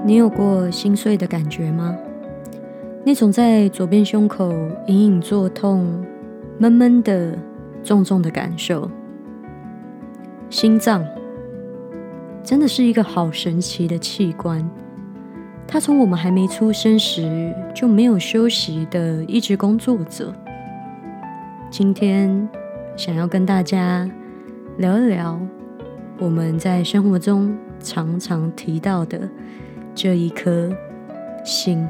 你有过心碎的感觉吗？那种在左边胸口隐隐作痛、闷闷的、重重的感受。心脏真的是一个好神奇的器官，它从我们还没出生时就没有休息的一直工作着。今天想要跟大家聊一聊我们在生活中常常提到的这一颗心。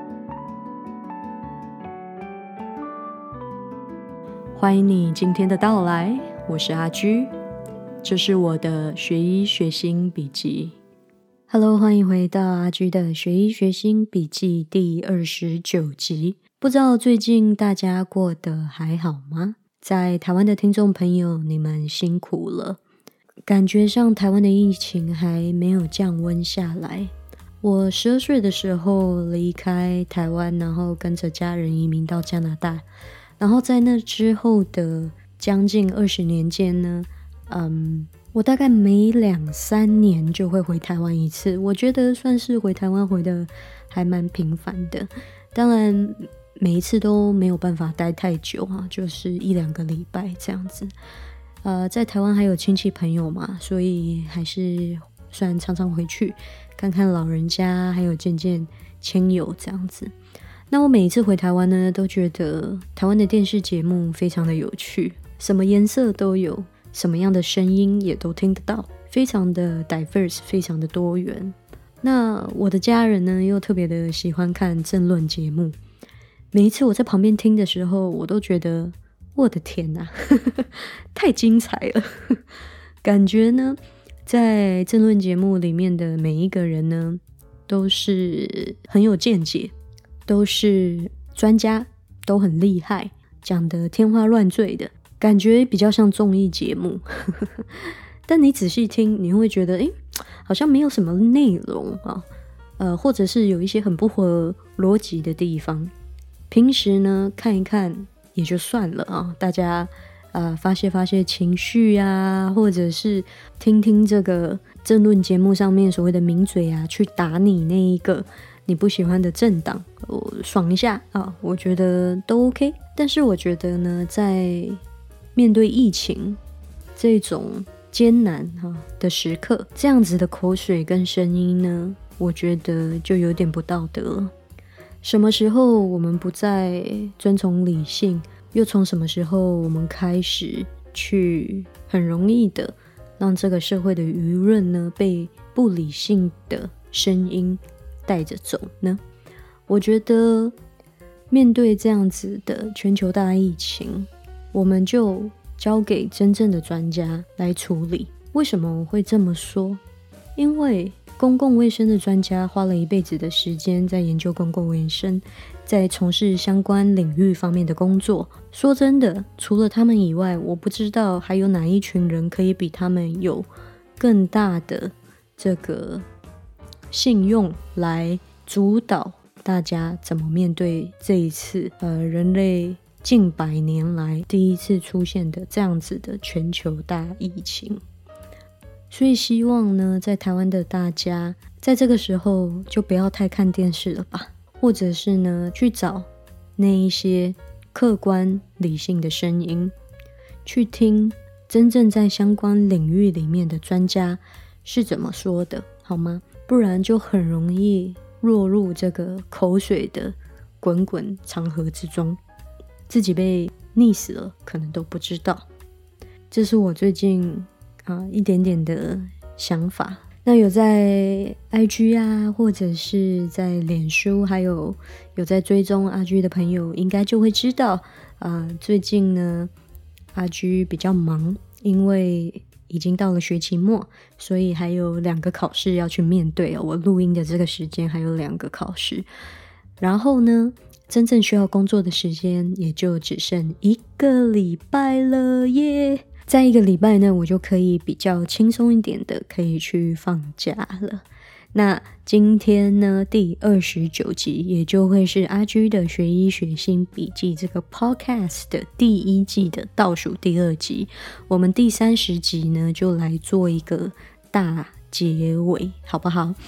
欢迎你今天的到来，我是阿居，这是我的学医学心笔记。Hello， 欢迎回到阿居的学医学心笔记第29集。不知道最近大家过得还好吗？在台湾的听众朋友，你们辛苦了。感觉上台湾的疫情还没有降温下来。我12岁的时候离开台湾，然后跟着家人移民到加拿大，然后在那之后的将近20年间呢，我大概每2-3年就会回台湾一次，我觉得算是回台湾回的还蛮频繁的。当然每一次都没有办法待太久啊，就是1-2个礼拜这样子。在台湾还有亲戚朋友嘛，所以还是算常常回去看看老人家，还有见见亲友这样子。那我每一次回台湾呢，都觉得台湾的电视节目非常的有趣，什么颜色都有，什么样的声音也都听得到，非常的 diverse， 非常的多元。那我的家人呢，又特别的喜欢看政论节目，每一次我在旁边听的时候，我都觉得我的天哪，太精彩了。感觉呢，在政论节目里面的每一个人呢，都是很有见解，都是专家，都很厉害，讲得天花乱坠的，感觉比较像综艺节目。但你仔细听，你会觉得好像没有什么内容啊，或者是有一些很不合逻辑的地方。平时呢看一看也就算了啊，大家发泄情绪啊，或者是听听这个政论节目上面所谓的名嘴啊，去打你那一个你不喜欢的政党，爽一下啊，我觉得都 OK。但是我觉得呢，在面对疫情这种艰难的时刻，这样子的口水跟声音呢，我觉得就有点不道德了。什么时候我们不再遵从理性，又从什么时候我们开始去很容易的让这个社会的舆论呢被不理性的声音带着走呢？我觉得面对这样子的全球大疫情，我们就交给真正的专家来处理。为什么我会这么说？因为公共卫生的专家花了一辈子的时间在研究公共卫生，在从事相关领域方面的工作。说真的，除了他们以外，我不知道还有哪一群人可以比他们有更大的这个信用来主导大家怎么面对这一次人类近100年来第一次出现的这样子的全球大疫情。所以希望呢，在台湾的大家在这个时候就不要太看电视了吧，或者是呢去找那一些客观理性的声音，去听真正在相关领域里面的专家是怎么说的，好吗？不然就很容易落入这个口水的滚滚长河之中，自己被溺死了可能都不知道。这是我最近一点点的想法。那有在 IG 啊，或者是在脸书，还有在追踪阿居的朋友应该就会知道最近呢阿居比较忙，因为已经到了学期末，所以还有2个考试要去面对我录音的这个时间还有2个考试，然后呢真正需要工作的时间也就只剩1个礼拜了耶。在1个礼拜呢，我就可以比较轻松一点的可以去放假了。那今天呢第29集也就会是阿居的学医学心笔记这个 podcast 的第1季的倒数第2集，我们第30集呢就来做一个大结尾，好不好？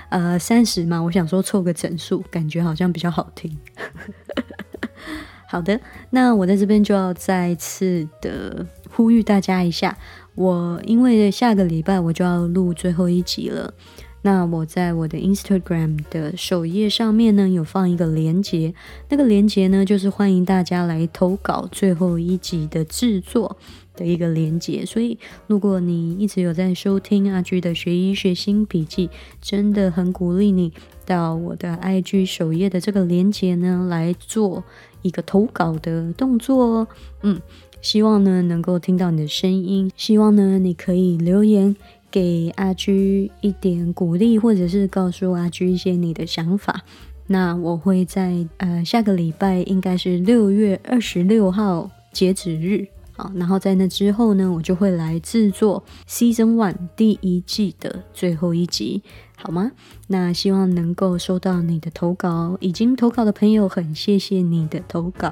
30嘛，我想说凑个整数，感觉好像比较好听。好的，那我在这边就要再次的呼吁大家一下，我因为下个礼拜我就要录最后一集了，那我在我的 Instagram 的首页上面呢有放一个连结，那个连结呢就是欢迎大家来投稿最后一集的制作的一个连结，所以如果你一直有在收听阿居的学医学新笔记，真的很鼓励你到我的 IG 首页的这个连结呢来做一个投稿的动作哦。希望呢能够听到你的声音，希望呢你可以留言给阿居一点鼓励，或者是告诉阿居一些你的想法。那我会在下个礼拜应该是6月26号截止日，好，然后在那之后呢我就会来制作 Season 1第1季的最后一集，好吗？那希望能够收到你的投稿，已经投稿的朋友很谢谢你的投稿。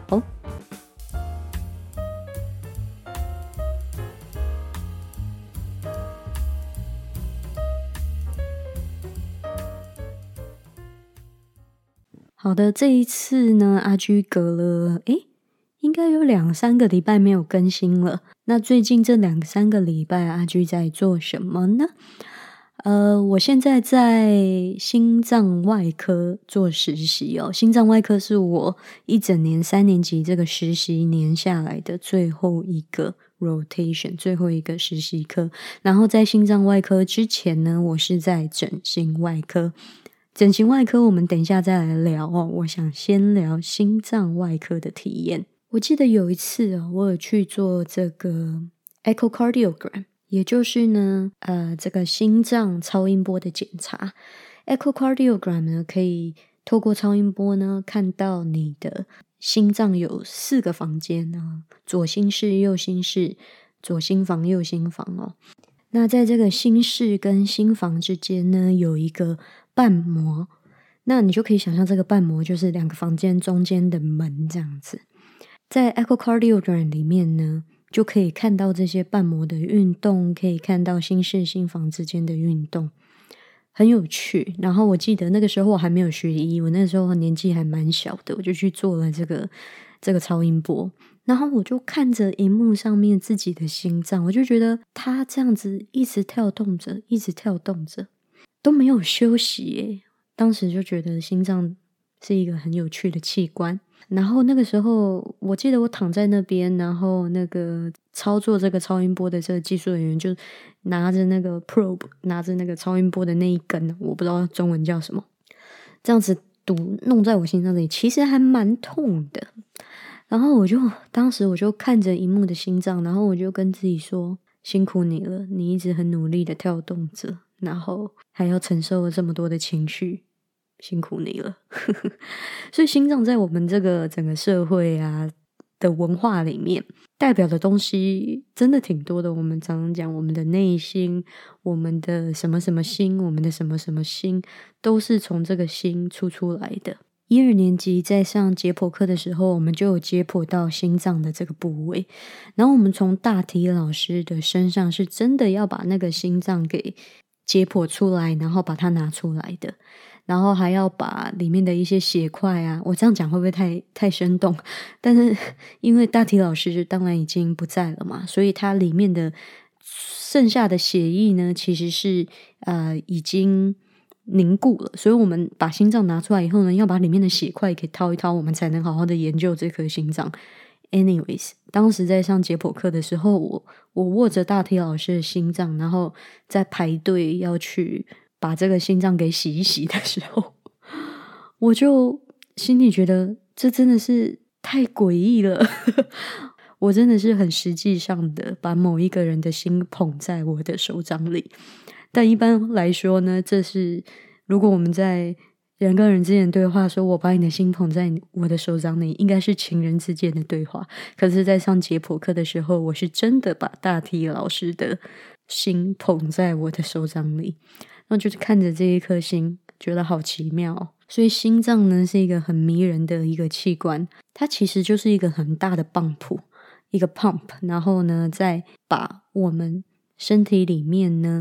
好的，这一次呢阿居隔了应该有2-3个礼拜没有更新了。那最近这2-3个礼拜阿居在做什么呢？我现在在心脏外科做实习哦。心脏外科是我一整年3年级这个实习年下来的最后一个 rotation， 最后一个实习科。然后在心脏外科之前呢，我是在整形外科。整形外科我们等一下再来聊哦。我想先聊心脏外科的体验。我记得有一次我有去做这个 echocardiogram， 也就是呢这个心脏超音波的检查。echocardiogram 呢可以透过超音波呢看到你的心脏有4个房间啊，左心室、右心室、左心房、右心房哦。那在这个心室跟心房之间呢有一个瓣膜，那你就可以想象这个瓣膜就是2个房间中间的门这样子。在 echocardiogram 里面呢就可以看到这些瓣膜的运动，可以看到心室心房之间的运动，很有趣。然后我记得那个时候我还没有学医，我那时候年纪还蛮小的，我就去做了这个超音波，然后我就看着荧幕上面自己的心脏，我就觉得它这样子一直跳动着，一直跳动着，都没有休息耶。当时就觉得心脏是一个很有趣的器官。然后那个时候我记得我躺在那边，然后那个操作这个超音波的这个技术人员就拿着那个 probe， 拿着那个超音波的那一根，我不知道中文叫什么，这样子弄在我心脏里，其实还蛮痛的。然后当时我就看着荧幕的心脏，然后我就跟自己说，辛苦你了，你一直很努力的跳动着，然后还要承受了这么多的情绪，辛苦你了。所以心脏在我们这个整个社会的文化里面代表的东西真的挺多的。我们常常讲我们的内心，我们的什么什么心，我们的什么什么心，都是从这个心出来的。1-2年级在上解剖课的时候，我们就有解剖到心脏的这个部位，然后我们从大体老师的身上是真的要把那个心脏给解剖出来，然后把它拿出来的，然后还要把里面的一些血块我这样讲会不会太生动？但是因为大体老师当然已经不在了嘛，所以它里面的剩下的血液呢其实是已经凝固了，所以我们把心脏拿出来以后呢，要把里面的血块给掏一掏，我们才能好好的研究这颗心脏。Anyways， 当时在上解剖课的时候，我握着大体老师的心脏，然后在排队要去把这个心脏给洗一洗的时候，我就心里觉得这真的是太诡异了。我真的是很实际上的把某一个人的心捧在我的手掌里，但一般来说呢，这是如果我们在人跟人之间的对话说我把你的心捧在我的手掌里，应该是情人之间的对话。可是在上解剖课的时候，我是真的把大体老师的心捧在我的手掌里，那就是看着这一颗心觉得好奇妙哦。所以心脏呢是一个很迷人的一个器官，它其实就是一个很大的泵浦，一个 pump， 然后呢再把我们身体里面呢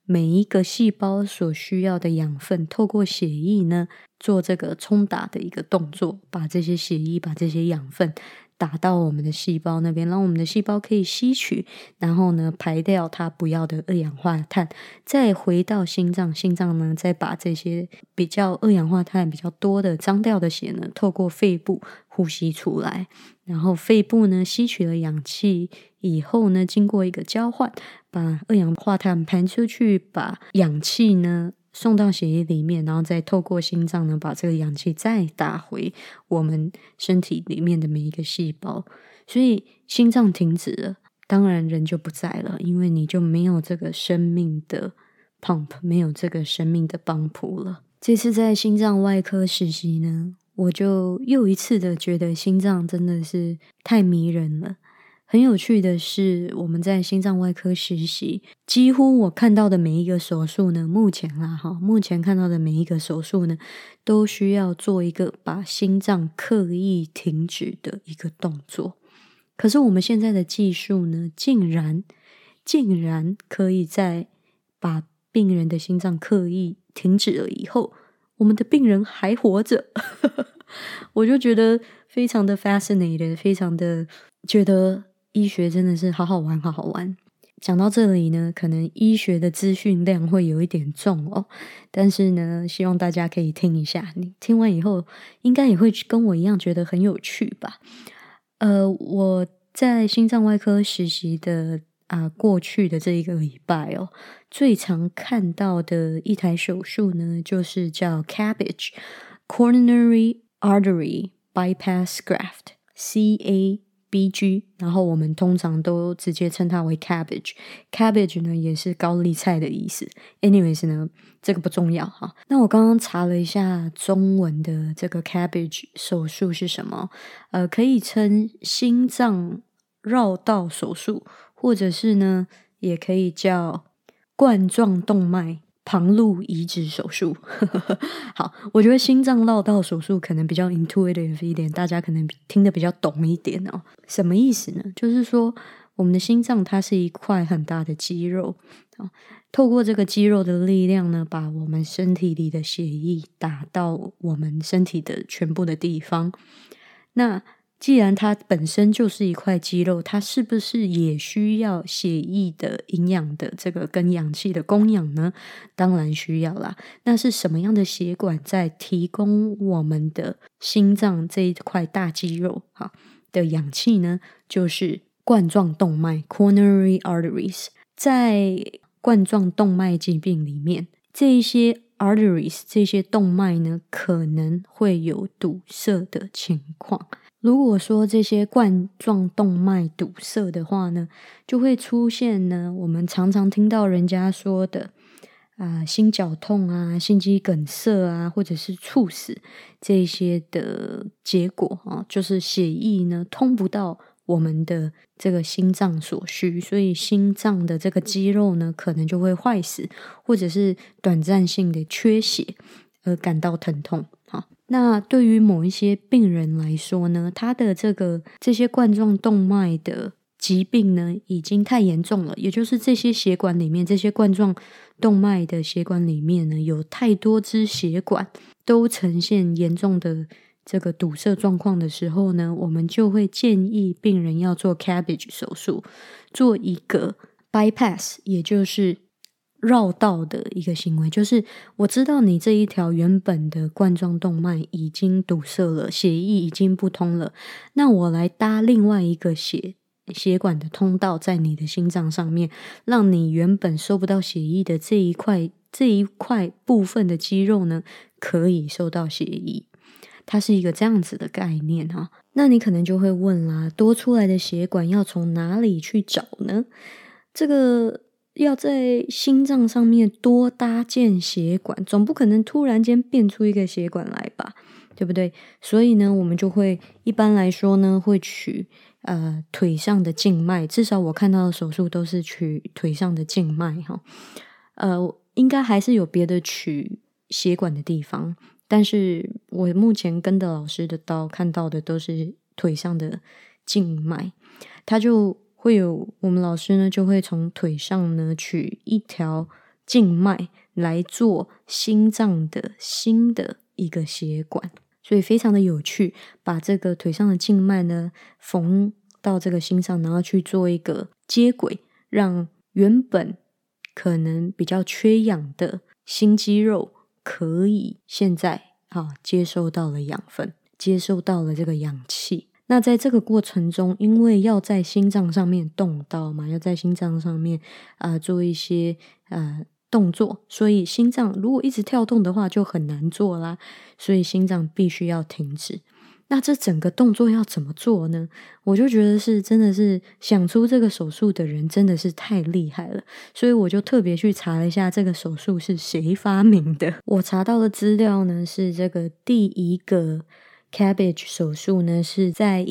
每一个细胞所需要的养分，透过血液呢做这个冲打的一个动作，把这些血液把这些养分打到我们的细胞那边，让我们的细胞可以吸取，然后呢排掉它不要的二氧化碳，再回到心脏，心脏呢再把这些比较二氧化碳比较多的脏掉的血呢透过肺部呼吸出来，然后肺部呢吸取了氧气以后呢，经过一个交换，把二氧化碳排出去，把氧气呢送到血液里面，然后再透过心脏呢把这个氧气再打回我们身体里面的每一个细胞。所以心脏停止了，当然人就不在了，因为你就没有这个生命的 pump， 没有这个生命的帮浦了。这次在心脏外科实习呢，我就又一次的觉得心脏真的是太迷人了。很有趣的是，我们在心脏外科实习，几乎我看到的每一个手术呢，目前看到的每一个手术呢，都需要做一个把心脏刻意停止的一个动作。可是我们现在的技术呢，竟然可以在把病人的心脏刻意停止了以后，我们的病人还活着。我就觉得非常的 fascinated， 非常的觉得医学真的是好好玩。讲到这里呢，可能医学的资讯量会有一点重哦，但是呢，希望大家可以听一下，你听完以后应该也会跟我一样觉得很有趣吧。我在心脏外科实习的过去的这一个礼拜哦，最常看到的一台手术呢，就是叫 CABG Coronary Artery Bypass Graft CABG， 然后我们通常都直接称它为 CABG 呢也是高丽菜的意思。 anyways 呢，这个不重要哈。那我刚刚查了一下中文的这个 CABG 手术是什么，可以称心脏绕道手术，或者是呢也可以叫冠状动脉旁路移植手术。好，我觉得心脏绕道手术可能比较 intuitive 一点，大家可能听得比较懂一点哦。什么意思呢？就是说我们的心脏它是一块很大的肌肉，透过这个肌肉的力量呢，把我们身体里的血液打到我们身体的全部的地方。那既然它本身就是一块肌肉，它是不是也需要血液的营养的这个跟氧气的供养呢？当然需要啦。那是什么样的血管在提供我们的心脏这一块大肌肉的氧气呢？就是冠状动脉 Coronary Arteries。 在冠状动脉疾病里面，这一些 arteries 这些动脉呢，可能会有堵塞的情况。如果说这些冠状动脉堵塞的话呢，就会出现呢我们常常听到人家说的心绞痛啊、心肌梗塞啊，或者是猝死这些的结果就是血液呢通不到我们的这个心脏所需，所以心脏的这个肌肉呢可能就会坏死，或者是短暂性的缺血而感到疼痛。那对于某一些病人来说呢，他的这些冠状动脉的疾病呢已经太严重了，也就是这些血管里面，这些冠状动脉的血管里面呢有太多支血管都呈现严重的这个堵塞状况的时候呢，我们就会建议病人要做 CABG 手术，做一个 bypass， 也就是绕道的一个行为。就是我知道你这一条原本的冠状动脉已经堵塞了，血液已经不通了，那我来搭另外一个血管的通道在你的心脏上面，让你原本收不到血液的这一块部分的肌肉呢可以收到血液。它是一个这样子的概念哈。那你可能就会问啦，多出来的血管要从哪里去找呢？这个要在心脏上面多搭建血管，总不可能突然间变出一个血管来吧，对不对？所以呢，我们就会一般来说呢，会取腿上的静脉，至少我看到的手术都是取腿上的静脉哈。应该还是有别的取血管的地方，但是我目前跟的老师的刀看到的都是腿上的静脉。他就会有我们老师呢就会从腿上呢取一条静脉来做心脏的新的一个血管，所以非常的有趣，把这个腿上的静脉呢缝到这个心上，然后去做一个接轨，让原本可能比较缺氧的心肌肉可以现在接收到了养分，接收到了这个氧气。那在这个过程中，因为要在心脏上面动刀嘛，要在心脏上面做一些动作，所以心脏如果一直跳动的话就很难做啦，所以心脏必须要停止。那这整个动作要怎么做呢？我就觉得真的是想出这个手术的人真的是太厉害了，所以我就特别去查了一下这个手术是谁发明的。我查到的资料呢是这个第一个 CABG 手术呢是在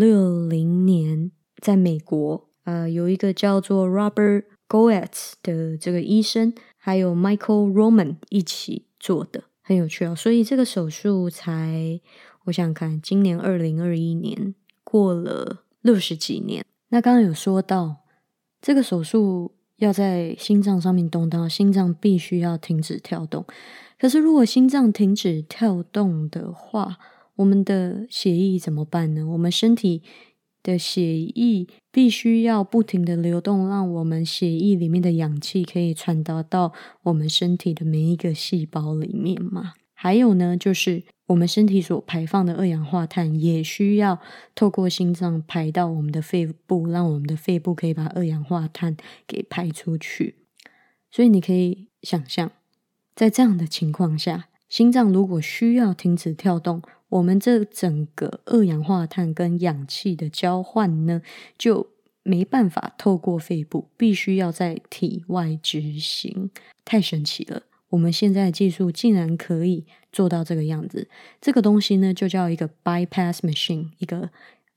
1960年在美国有一个叫做 Robert Goetz 的这个医生还有 Michael Roman 一起做的，很有趣所以这个手术才我想看今年2021年过了60几年。那刚刚有说到这个手术要在心脏上面动刀，心脏必须要停止跳动，可是如果心脏停止跳动的话，我们的血液怎么办呢？我们身体的血液必须要不停的流动，让我们血液里面的氧气可以传达到我们身体的每一个细胞里面嘛。还有呢，就是我们身体所排放的二氧化碳也需要透过心脏排到我们的肺部，让我们的肺部可以把二氧化碳给排出去。所以你可以想象，在这样的情况下，心脏如果需要停止跳动，我们这整个二氧化碳跟氧气的交换呢，就没办法透过肺部，必须要在体外执行。太神奇了，我们现在的技术竟然可以做到这个样子。这个东西呢就叫一个 bypass machine， 一个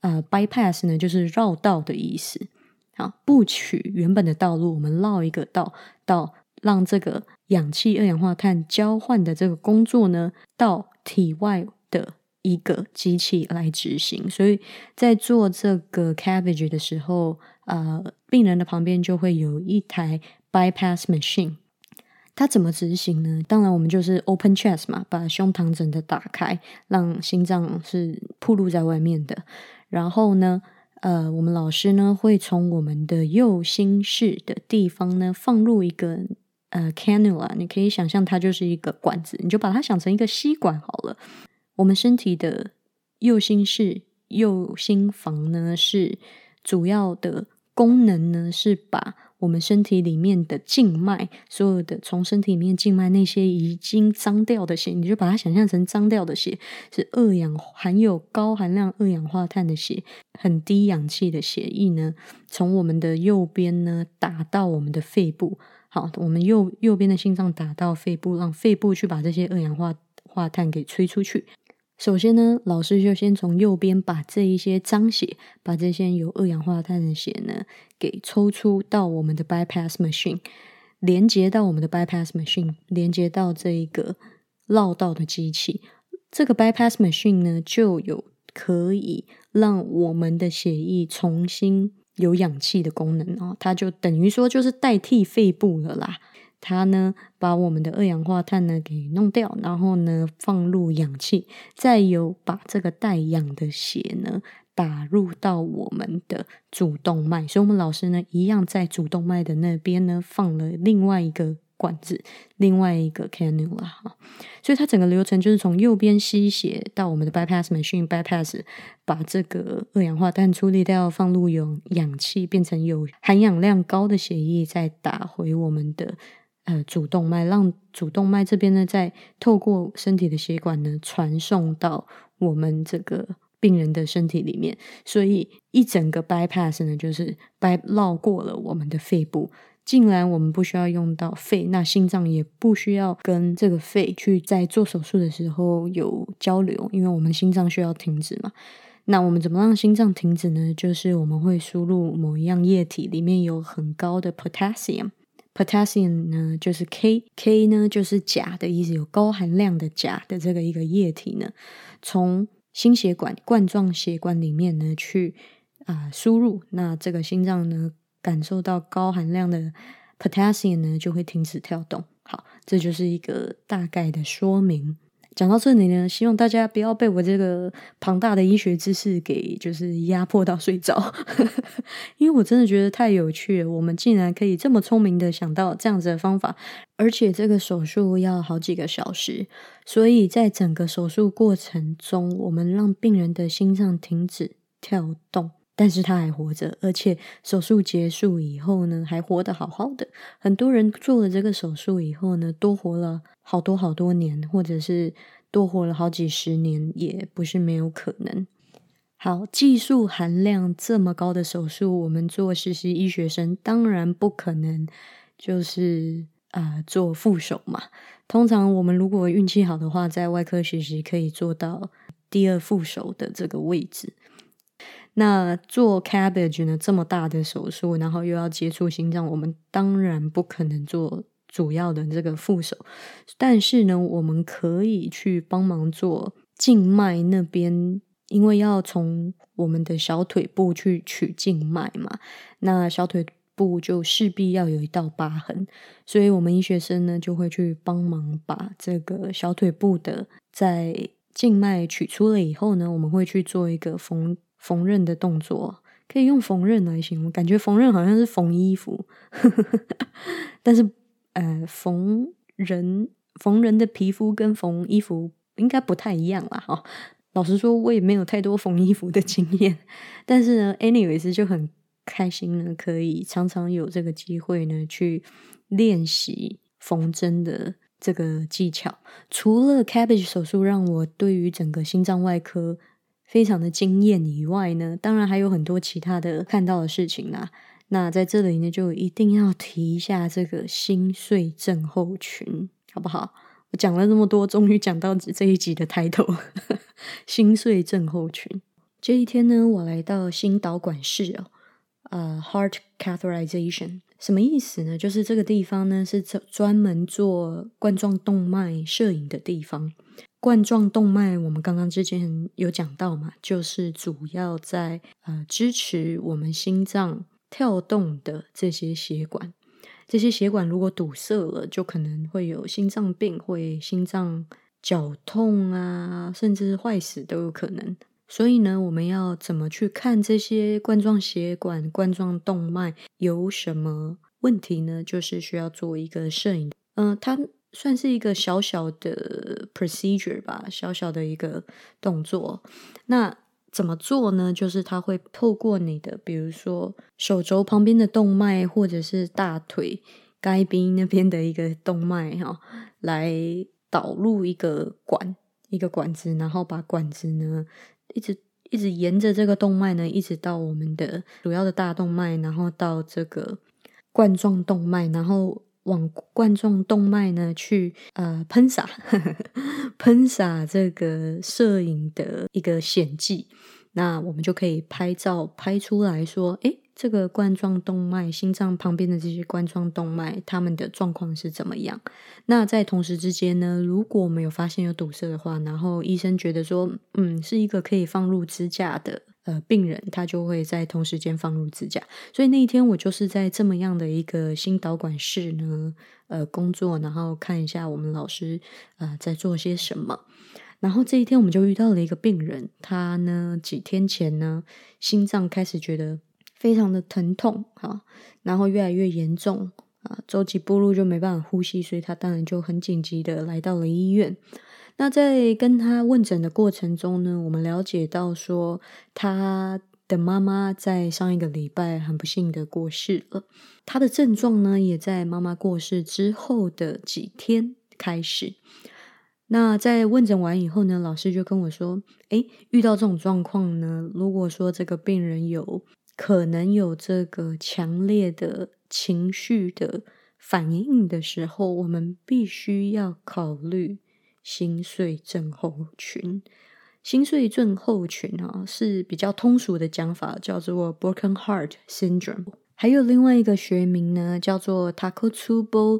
bypass 呢就是绕道的意思。好，不取原本的道路，我们绕一个道，到让这个氧气二氧化碳交换的这个工作呢到体外的一个机器来执行。所以在做这个 CABG 的时候病人的旁边就会有一台 bypass machine。它怎么执行呢？当然我们就是 open chest 嘛，把胸膛整个打开，让心脏是暴露在外面的。然后呢我们老师呢会从我们的右心室的地方呢放入一个cannula， 你可以想象它就是一个管子，你就把它想成一个吸管好了。我们身体的右心室右心房呢是主要的功能呢是把我们身体里面的静脉，所有的从身体里面静脉那些已经脏掉的血，你就把它想象成脏掉的血，是含有高含量二氧化碳的血，很低氧气的血液呢，从我们的右边呢打到我们的肺部。好，我们右边的心脏打到肺部，让肺部去把这些二氧化碳给吹出去。首先呢，老师就先从右边把这一些脏血，把这些有二氧化碳的血呢给抽出到我们的 bypass machine， 连接到我们的 bypass machine， 连接到这一个绕道的机器。这个 bypass machine 呢就有可以让我们的血液重新有氧气的功能它就等于说就是代替肺部了啦。它呢把我们的二氧化碳呢给弄掉，然后呢放入氧气，再有把这个带氧的血呢打入到我们的主动脉。所以我们老师呢一样在主动脉的那边呢放了另外一个管子，另外一个 cannula。 所以它整个流程就是从右边吸血到我们的 bypass machine， bypass 把这个二氧化碳处理掉，放入有氧气，变成有含氧量高的血液，再打回我们的主动脉，让主动脉这边呢再透过身体的血管呢传送到我们这个病人的身体里面。所以一整个 bypass 呢就是绕过了我们的肺部，竟然我们不需要用到肺，那心脏也不需要跟这个肺去在做手术的时候有交流，因为我们心脏需要停止嘛。那我们怎么让心脏停止呢？就是我们会输入某一样液体，里面有很高的 potassium 呢就是 K 呢就是钾的意思，有高含量的钾的这个一个液体呢，从心血管冠状血管里面呢去输入。那这个心脏呢感受到高含量的 potassium 呢就会停止跳动。好，这就是一个大概的说明。讲到这里呢，希望大家不要被我这个庞大的医学知识给就是压迫到睡着因为我真的觉得太有趣了，我们竟然可以这么聪明的想到这样子的方法，而且这个手术要好几个小时，所以在整个手术过程中，我们让病人的心脏停止跳动，但是他还活着，而且手术结束以后呢，还活得好好的。很多人做了这个手术以后呢，多活了好多年，或者是多活了好几十年，也不是没有可能。好，技术含量这么高的手术，我们做实习医学生当然不可能就是做副手嘛。通常我们如果运气好的话，在外科实习可以做到第2副手的这个位置。那做 CABG 呢，这么大的手术，然后又要接触心脏，我们当然不可能做主要的这个副手，但是呢，我们可以去帮忙做静脉那边，因为要从我们的小腿部去取静脉嘛，那小腿部就势必要有一道疤痕，所以我们医学生呢就会去帮忙把这个小腿部的在静脉取出了以后呢，我们会去做一个缝纫的动作，可以用缝纫来形容，感觉缝纫好像是缝衣服但是缝人的皮肤跟缝衣服应该不太一样啦齁。老实说我也没有太多缝衣服的经验，但是呢 anyways 就很开心呢，可以常常有这个机会呢去练习缝针的这个技巧。除了 CABG 手术让我对于整个心脏外科非常的惊艳以外呢，当然还有很多其他的看到的事情啦。那在这里呢，就一定要提一下这个心碎症候群，好不好？我讲了这么多，终于讲到这一集的title 心碎症候群。这一天呢，我来到心导管室heart catheterization 什么意思呢？就是这个地方呢是专门做冠状动脉摄影的地方。冠状动脉我们刚刚之前有讲到嘛，就是主要在支持我们心脏跳动的这些血管。这些血管如果堵塞了，就可能会有心脏病，会心脏绞痛啊，甚至坏死都有可能。所以呢，我们要怎么去看这些冠状血管、冠状动脉有什么问题呢？就是需要做一个摄影。它算是一个小小的 procedure 吧，小小的一个动作。那怎么做呢？就是它会透过你的比如说手肘旁边的动脉，或者是大腿该边那边的一个动脉来导入一个管子，然后把管子呢一直沿着这个动脉呢，一直到我们的主要的大动脉，然后到这个冠状动脉，然后往冠状动脉呢去喷洒这个摄影的一个显剂，那我们就可以拍照拍出来说，这个冠状动脉心脏旁边的这些冠状动脉它们的状况是怎么样。那在同时之间呢，如果我们有发现有堵塞的话，然后医生觉得说是一个可以放入支架的病人，他就会在同时间放入支架。所以那一天我就是在这么样的一个心导管室呢工作，然后看一下我们老师在做些什么。然后这一天我们就遇到了一个病人，他呢几天前呢心脏开始觉得非常的疼痛然后越来越严重走几步路就没办法呼吸，所以他当然就很紧急的来到了医院。那在跟他问诊的过程中呢，我们了解到说他的妈妈在上一个礼拜很不幸的过世了，他的症状呢也在妈妈过世之后的几天开始。那在问诊完以后呢，老师就跟我说遇到这种状况呢，如果说这个病人可能有这个强烈的情绪的反应的时候，我们必须要考虑心碎症候群。心碎症候群是比较通俗的讲法，叫做 Broken Heart Syndrome。还有另外一个学名呢，叫做 Takotsubo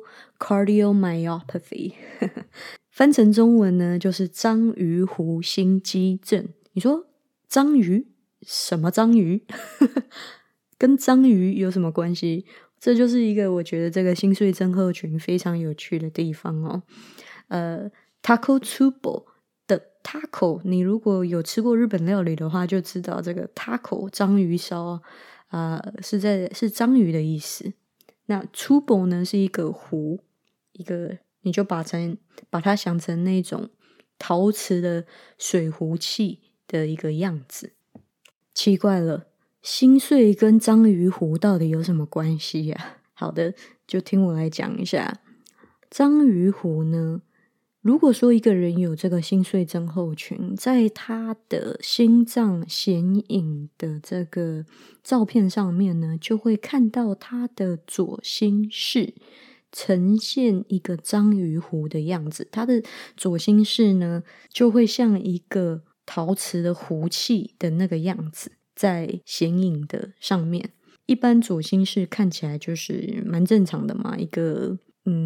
Cardiomyopathy 翻成中文呢就是章鱼湖心肌症。你说章鱼？什么章鱼？跟章鱼有什么关系？ 这就是一个我觉得这个心碎症候群非常有趣的地方哦。Taco Tsubo 的 taco， 你如果有吃过日本料理的话，就知道这个 taco 章鱼烧是章鱼的意思。那 Tsubo 呢是一个壶，你就把它想成那种陶瓷的水壶器的一个样子。奇怪了，心碎跟章鱼壶到底有什么关系呀？好的，就听我来讲一下。章鱼壶呢，如果说一个人有这个心碎症候群，在他的心脏显影的这个照片上面呢，就会看到他的左心室呈现一个章鱼壶的样子。他的左心室呢，就会像一个陶瓷的壶器的那个样子在显影的上面。一般左心室看起来就是蛮正常的嘛，一个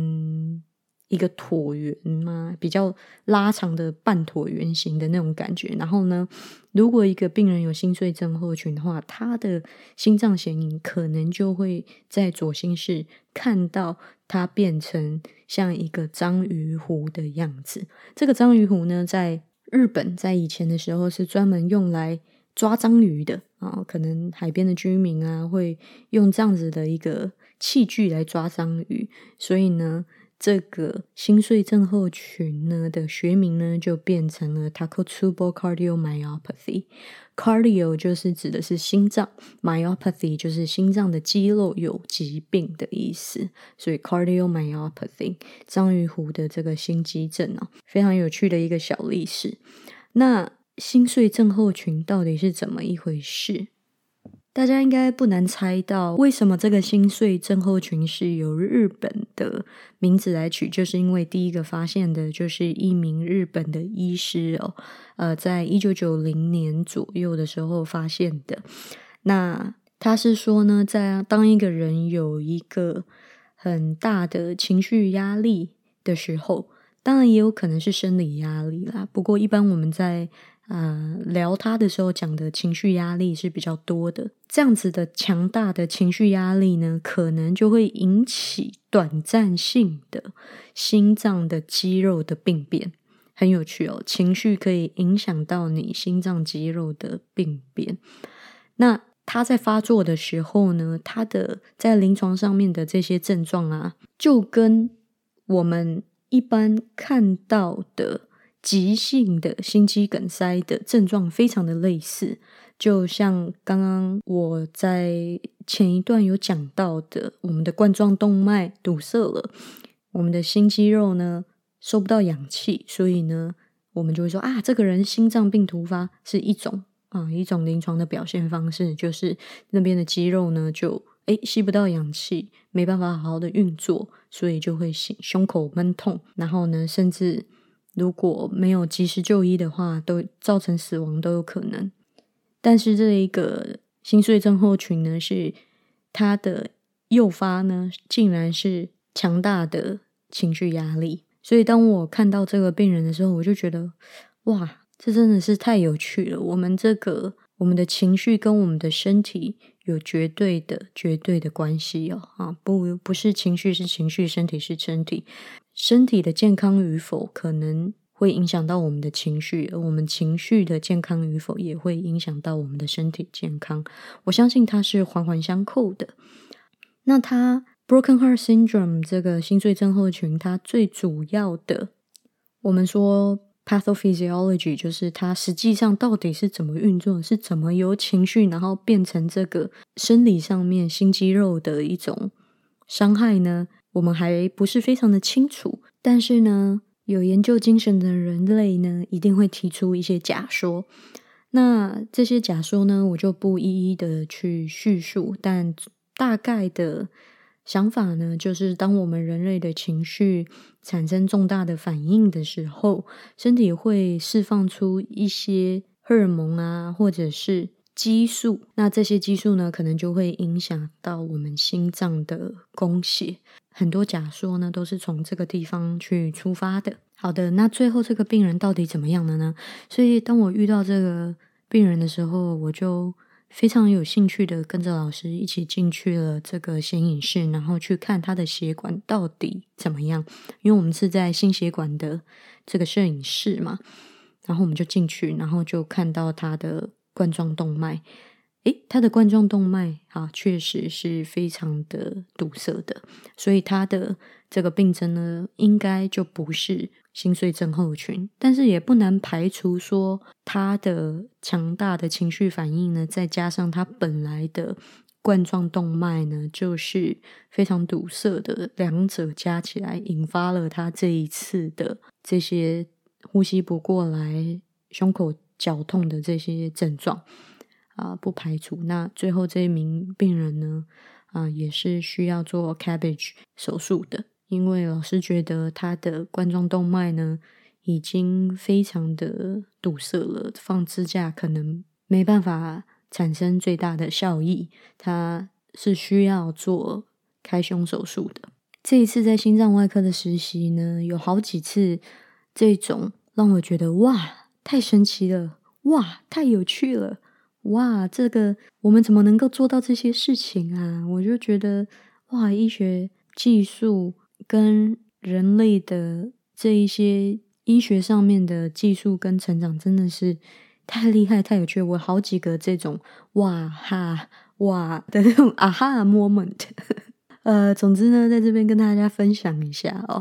椭圆嘛，比较拉长的半椭圆形的那种感觉。然后呢，如果一个病人有心碎症候群的话，他的心脏显影可能就会在左心室看到它变成像一个章鱼壶的样子。这个章鱼壶呢，在日本在以前的时候是专门用来抓章鱼的可能海边的居民会用这样子的一个器具来抓章鱼，所以呢这个心碎症候群呢的学名呢就变成了 Takotsubo cardiomyopathy。 Cardio 就是指的是心脏， myopathy 就是心脏的肌肉有疾病的意思，所以 cardiomyopathy 章鱼壶的这个心肌症非常有趣的一个小历史。那心碎症候群到底是怎么一回事？大家应该不难猜到，为什么这个心碎症候群是由日本的名字来取，就是因为第一个发现的就是一名日本的医师在1990年左右的时候发现的。那他是说呢，在当一个人有一个很大的情绪压力的时候，当然也有可能是生理压力啦，不过一般我们在聊他的时候讲的情绪压力是比较多的。这样子的强大的情绪压力呢，可能就会引起短暂性的心脏的肌肉的病变。很有趣情绪可以影响到你心脏肌肉的病变。那他在发作的时候呢，他的在临床上面的这些症状就跟我们一般看到的急性的心肌梗塞的症状非常的类似。就像刚刚我在前一段有讲到的，我们的冠状动脉堵塞了，我们的心肌肉呢收不到氧气，所以呢我们就会说这个人心脏病突发，是一种临床的表现方式，就是那边的肌肉呢就吸不到氧气，没办法好好的运作，所以就会胸口闷痛，然后呢甚至如果没有及时就医的话，都造成死亡都有可能。但是这一个心碎症候群呢，是它的诱发呢竟然是强大的情绪压力。所以当我看到这个病人的时候，我就觉得哇，这真的是太有趣了。我们的情绪跟我们的身体有绝对的关系不是情绪是情绪，身体是身体。身体的健康与否可能会影响到我们的情绪，而我们情绪的健康与否也会影响到我们的身体健康。我相信它是环环相扣的。那它 Broken Heart Syndrome 这个心碎症候群，它最主要的我们说 pathophysiology 就是它实际上到底是怎么运作，是怎么由情绪然后变成这个生理上面心肌肉的一种伤害呢，我们还不是非常的清楚。但是呢有研究精神的人类呢一定会提出一些假说。那这些假说呢我就不一一的去叙述，但大概的想法呢就是当我们人类的情绪产生重大的反应的时候，身体会释放出一些荷尔蒙或者是激素，那这些激素呢可能就会影响到我们心脏的供血。很多假说呢都是从这个地方去出发的。好的，那最后这个病人到底怎么样了呢？所以当我遇到这个病人的时候，我就非常有兴趣的跟着老师一起进去了这个显影室，然后去看他的血管到底怎么样，因为我们是在心血管的这个摄影室嘛，然后我们就进去，然后就看到他的冠状动脉。他的冠状动脉确实是非常的堵塞的，所以他的这个病症呢，应该就不是心碎症候群，但是也不难排除说他的强大的情绪反应呢，再加上他本来的冠状动脉呢就是非常堵塞的，两者加起来引发了他这一次的这些呼吸不过来、胸口绞痛的这些症状。不排除那最后这一名病人呢也是需要做 CABG 手术的，因为老师觉得他的冠状动脉呢已经非常的堵塞了，放支架可能没办法产生最大的效益，他是需要做开胸手术的。这一次在心脏外科的实习呢，有好几次这种让我觉得哇太神奇了，哇太有趣了，哇这个我们怎么能够做到这些事情啊，我就觉得哇医学技术跟人类的这一些医学上面的技术跟成长真的是太厉害太有趣了，我好几个这种哇哈哇的那种啊哈 moment 总之呢在这边跟大家分享一下哦。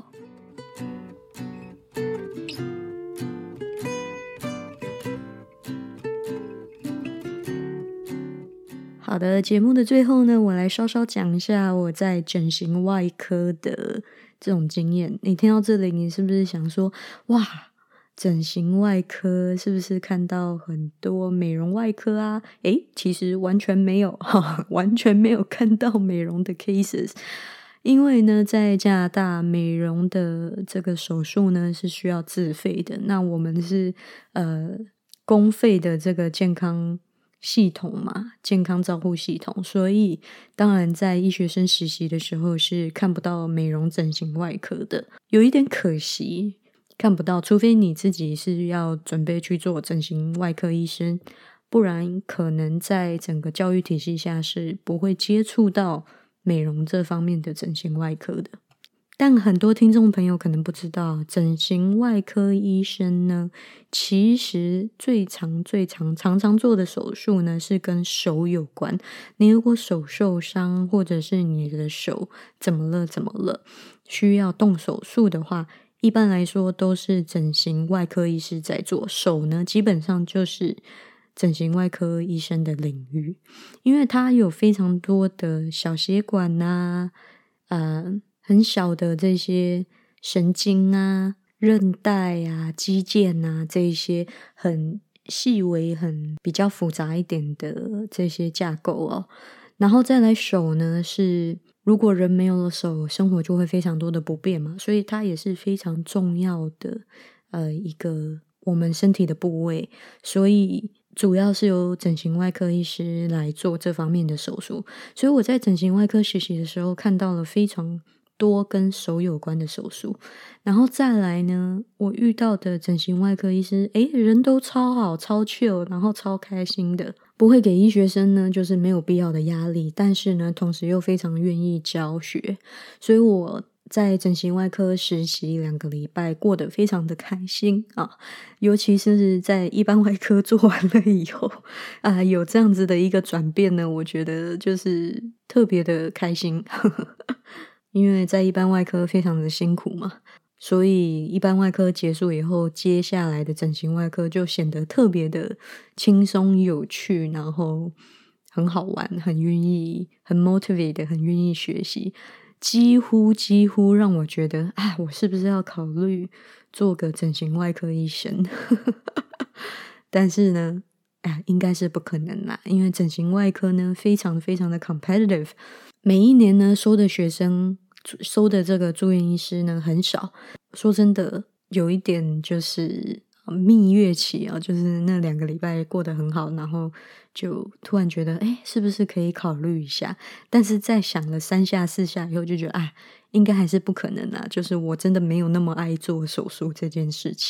好的，节目的最后呢，我来稍稍讲一下我在整形外科的这种经验。你听到这里，你是不是想说，哇，整形外科是不是看到很多美容外科啊？其实完全没有，完全没有看到美容的 cases。因为呢，在加拿大美容的这个手术呢是需要自费的，那我们是公费的这个健康系统嘛，健康照护系统，所以当然在医学生实习的时候是看不到美容整形外科的，有一点可惜，看不到，除非你自己是要准备去做整形外科医生，不然可能在整个教育体系下是不会接触到美容这方面的整形外科的。但很多听众朋友可能不知道，整形外科医生呢，其实最常做的手术呢是跟手有关。你如果手受伤，或者是你的手怎么了需要动手术的话，一般来说都是整形外科医师在做。手呢基本上就是整形外科医生的领域，因为它有非常多的小血管啊很小的这些神经啊、韧带啊、肌腱啊，这一些很细微、很比较复杂一点的这些架构哦。然后再来手呢，是如果人没有了手，生活就会非常多的不便嘛，所以它也是非常重要的一个我们身体的部位，所以主要是由整形外科医师来做这方面的手术。所以我在整形外科实习的时候看到了非常多跟手有关的手术，然后再来呢，我遇到的整形外科医师人都超好超 chill， 然后超开心的，不会给医学生呢就是没有必要的压力，但是呢同时又非常愿意教学，所以我在整形外科实习2个礼拜过得非常的开心尤其是在一般外科做完了以后有这样子的一个转变呢，我觉得就是特别的开心因为在一般外科非常的辛苦嘛，所以一般外科结束以后，接下来的整形外科就显得特别的轻松有趣，然后很好玩，很愿意，很 motivate， 很愿意学习，几乎让我觉得我是不是要考虑做个整形外科医生但是呢应该是不可能啦，因为整形外科呢非常的 competitive， 每一年呢收的这个住院医师呢很少，说真的有一点就是蜜月期就是那2个礼拜过得很好，然后就突然觉得是不是可以考虑一下，但是在想了3下4下以后就觉得应该还是不可能啦，就是我真的没有那么爱做手术这件事情。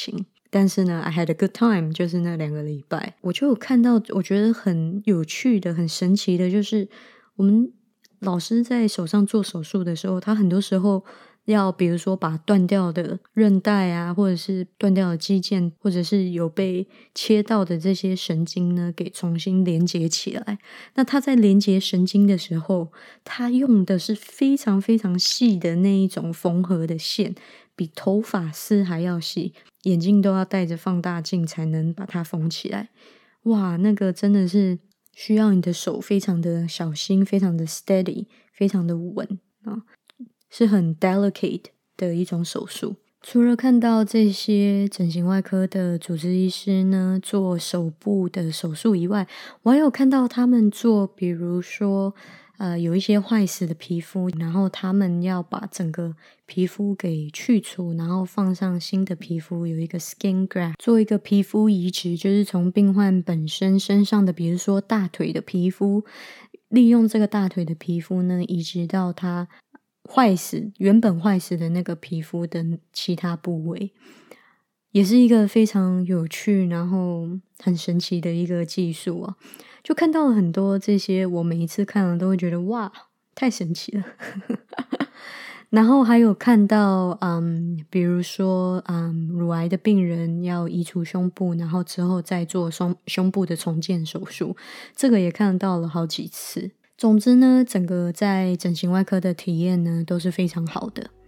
但是呢 I had a good time， 就是那2个礼拜我就有看到我觉得很有趣的很神奇的，就是我们老师在手上做手术的时候，他很多时候要比如说把断掉的韧带啊，或者是断掉的肌腱，或者是有被切到的这些神经呢给重新连接起来。那他在连接神经的时候，他用的是非常非常细的那一种缝合的线，比头发丝还要细，眼睛都要带着放大镜才能把它缝起来。哇，那个真的是需要你的手非常的小心，非常的 steady， 非常的稳啊，是很 delicate 的一种手术。除了看到这些整形外科的主治医师呢做手部的手术以外，我还有看到他们做比如说有一些坏死的皮肤，然后他们要把整个皮肤给去除，然后放上新的皮肤，有一个 skin graft， 做一个皮肤移植，就是从病患本身身上的比如说大腿的皮肤，利用这个大腿的皮肤呢移植到他原本坏死的那个皮肤的其他部位，也是一个非常有趣然后很神奇的一个技术啊。就看到了很多这些，我每一次看了都会觉得哇太神奇了然后还有看到比如说乳癌的病人要移除胸部，然后之后再做胸部的重建手术，这个也看到了好几次。总之呢，整个在整形外科的体验呢都是非常好的。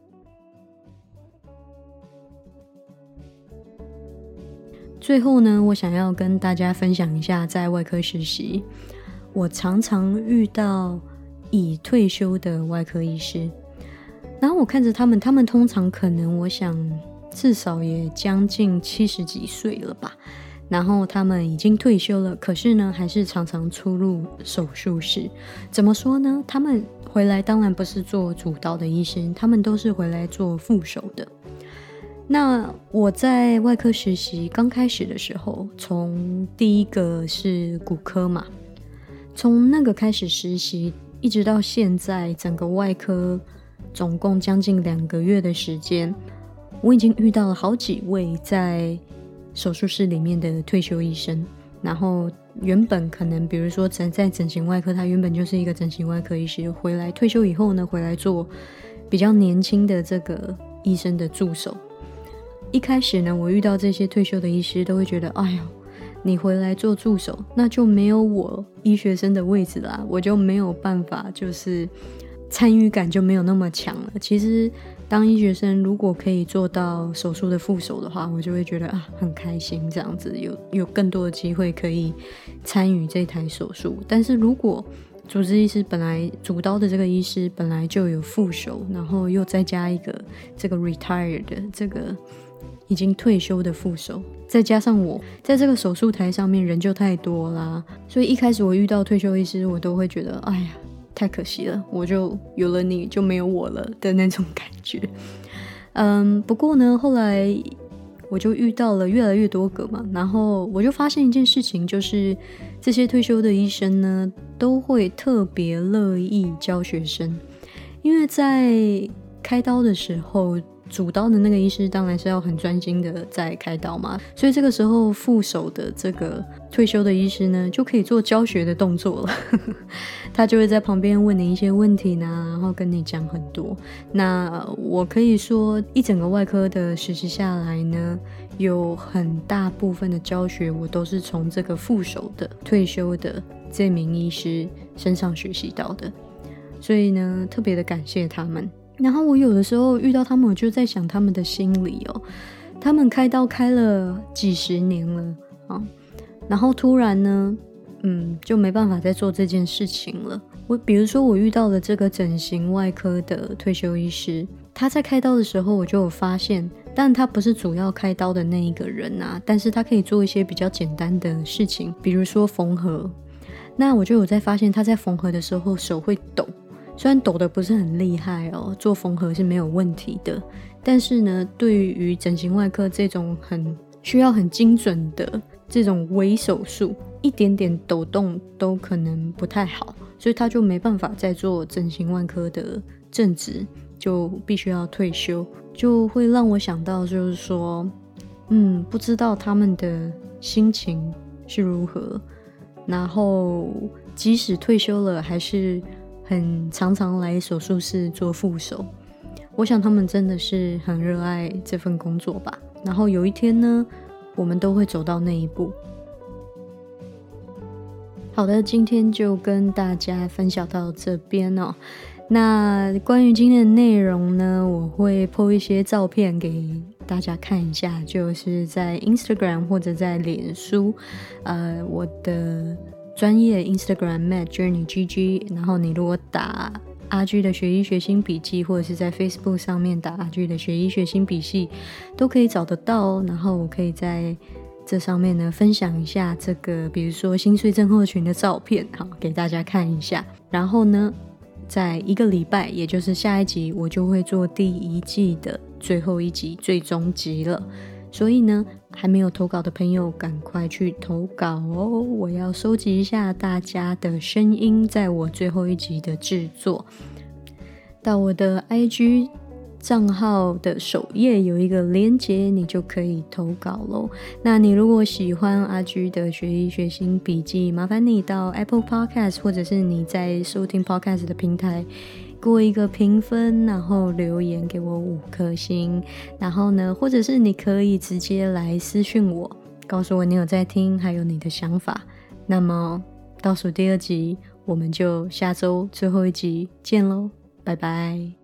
最后呢，我想要跟大家分享一下在外科实习我常常遇到已退休的外科医师，然后我看着他们通常可能我想至少也将近70几岁了吧，然后他们已经退休了，可是呢还是常常出入手术室。怎么说呢，他们回来当然不是做主刀的医生，他们都是回来做副手的。那我在外科实习刚开始的时候，从第一个是骨科嘛，从那个开始实习一直到现在，整个外科总共将近2个月的时间，我已经遇到了好几位在手术室里面的退休医生，然后原本可能比如说在整形外科，他原本就是一个整形外科医师，回来退休以后呢，回来做比较年轻的这个医生的助手。一开始呢，我遇到这些退休的医师都会觉得，哎呦，你回来做助手，那就没有我医学生的位置啦，我就没有办法，就是参与感就没有那么强了。其实当医学生如果可以做到手术的副手的话，我就会觉得很开心，这样子有更多的机会可以参与这台手术。但是如果主治医师本来主刀的这个医师本来就有副手，然后又再加一个这个 retired 的这个已经退休的副手，再加上我在这个手术台上面人就太多啦，所以一开始我遇到退休医师我都会觉得哎呀太可惜了，我就有了你就没有我了的那种感觉。不过呢后来我就遇到了越来越多个嘛，然后我就发现一件事情，就是这些退休的医生呢都会特别乐意教学生，因为在开刀的时候主刀的那个医师当然是要很专心的在开刀嘛，所以这个时候副手的这个退休的医师呢就可以做教学的动作了他就会在旁边问你一些问题呢，然后跟你讲很多。那我可以说一整个外科的实习下来呢，有很大部分的教学我都是从这个副手的退休的这名医师身上学习到的，所以呢特别的感谢他们。然后我有的时候遇到他们，我就在想他们的心理他们开刀开了几十年了然后突然呢就没办法再做这件事情了。比如说我遇到了这个整形外科的退休医师，他在开刀的时候我就有发现，但他不是主要开刀的那一个人但是他可以做一些比较简单的事情，比如说缝合。那我就有在发现他在缝合的时候手会抖，虽然抖的不是很厉害做缝合是没有问题的，但是呢对于整形外科这种需要很精准的这种微手术，一点点抖动都可能不太好，所以他就没办法再做整形外科的正职，就必须要退休。就会让我想到就是说不知道他们的心情是如何，然后即使退休了还是很常常来手术室做副手。我想他们真的是很热爱这份工作吧，然后有一天呢，我们都会走到那一步。好的，今天就跟大家分享到这边哦。那关于今天的内容呢，我会 po 一些照片给大家看一下，就是在 Instagram 或者在脸书，我的专业 Instagram MedJourneyGG， 然后你如果打阿居的学医学新笔记，或者是在 Facebook 上面打阿居的学医学新笔记，都可以找得到。然后我可以在这上面呢分享一下这个比如说心碎症候群的照片，好给大家看一下。然后呢在1个礼拜，也就是下一集，我就会做第1季的最后一集最终集了。所以呢还没有投稿的朋友赶快去投稿哦，我要收集一下大家的声音，在我最后一集的制作。到我的 IG 账号的首页有一个连结，你就可以投稿咯。那你如果喜欢阿居的学医学新笔记，麻烦你到 Apple Podcast 或者是你在收听 Podcast 的平台给我一个评分，然后留言给我5颗星。然后呢，或者是你可以直接来私讯我，告诉我你有在听，还有你的想法。那么倒数第2集，我们就下周最后一集见咯，拜拜。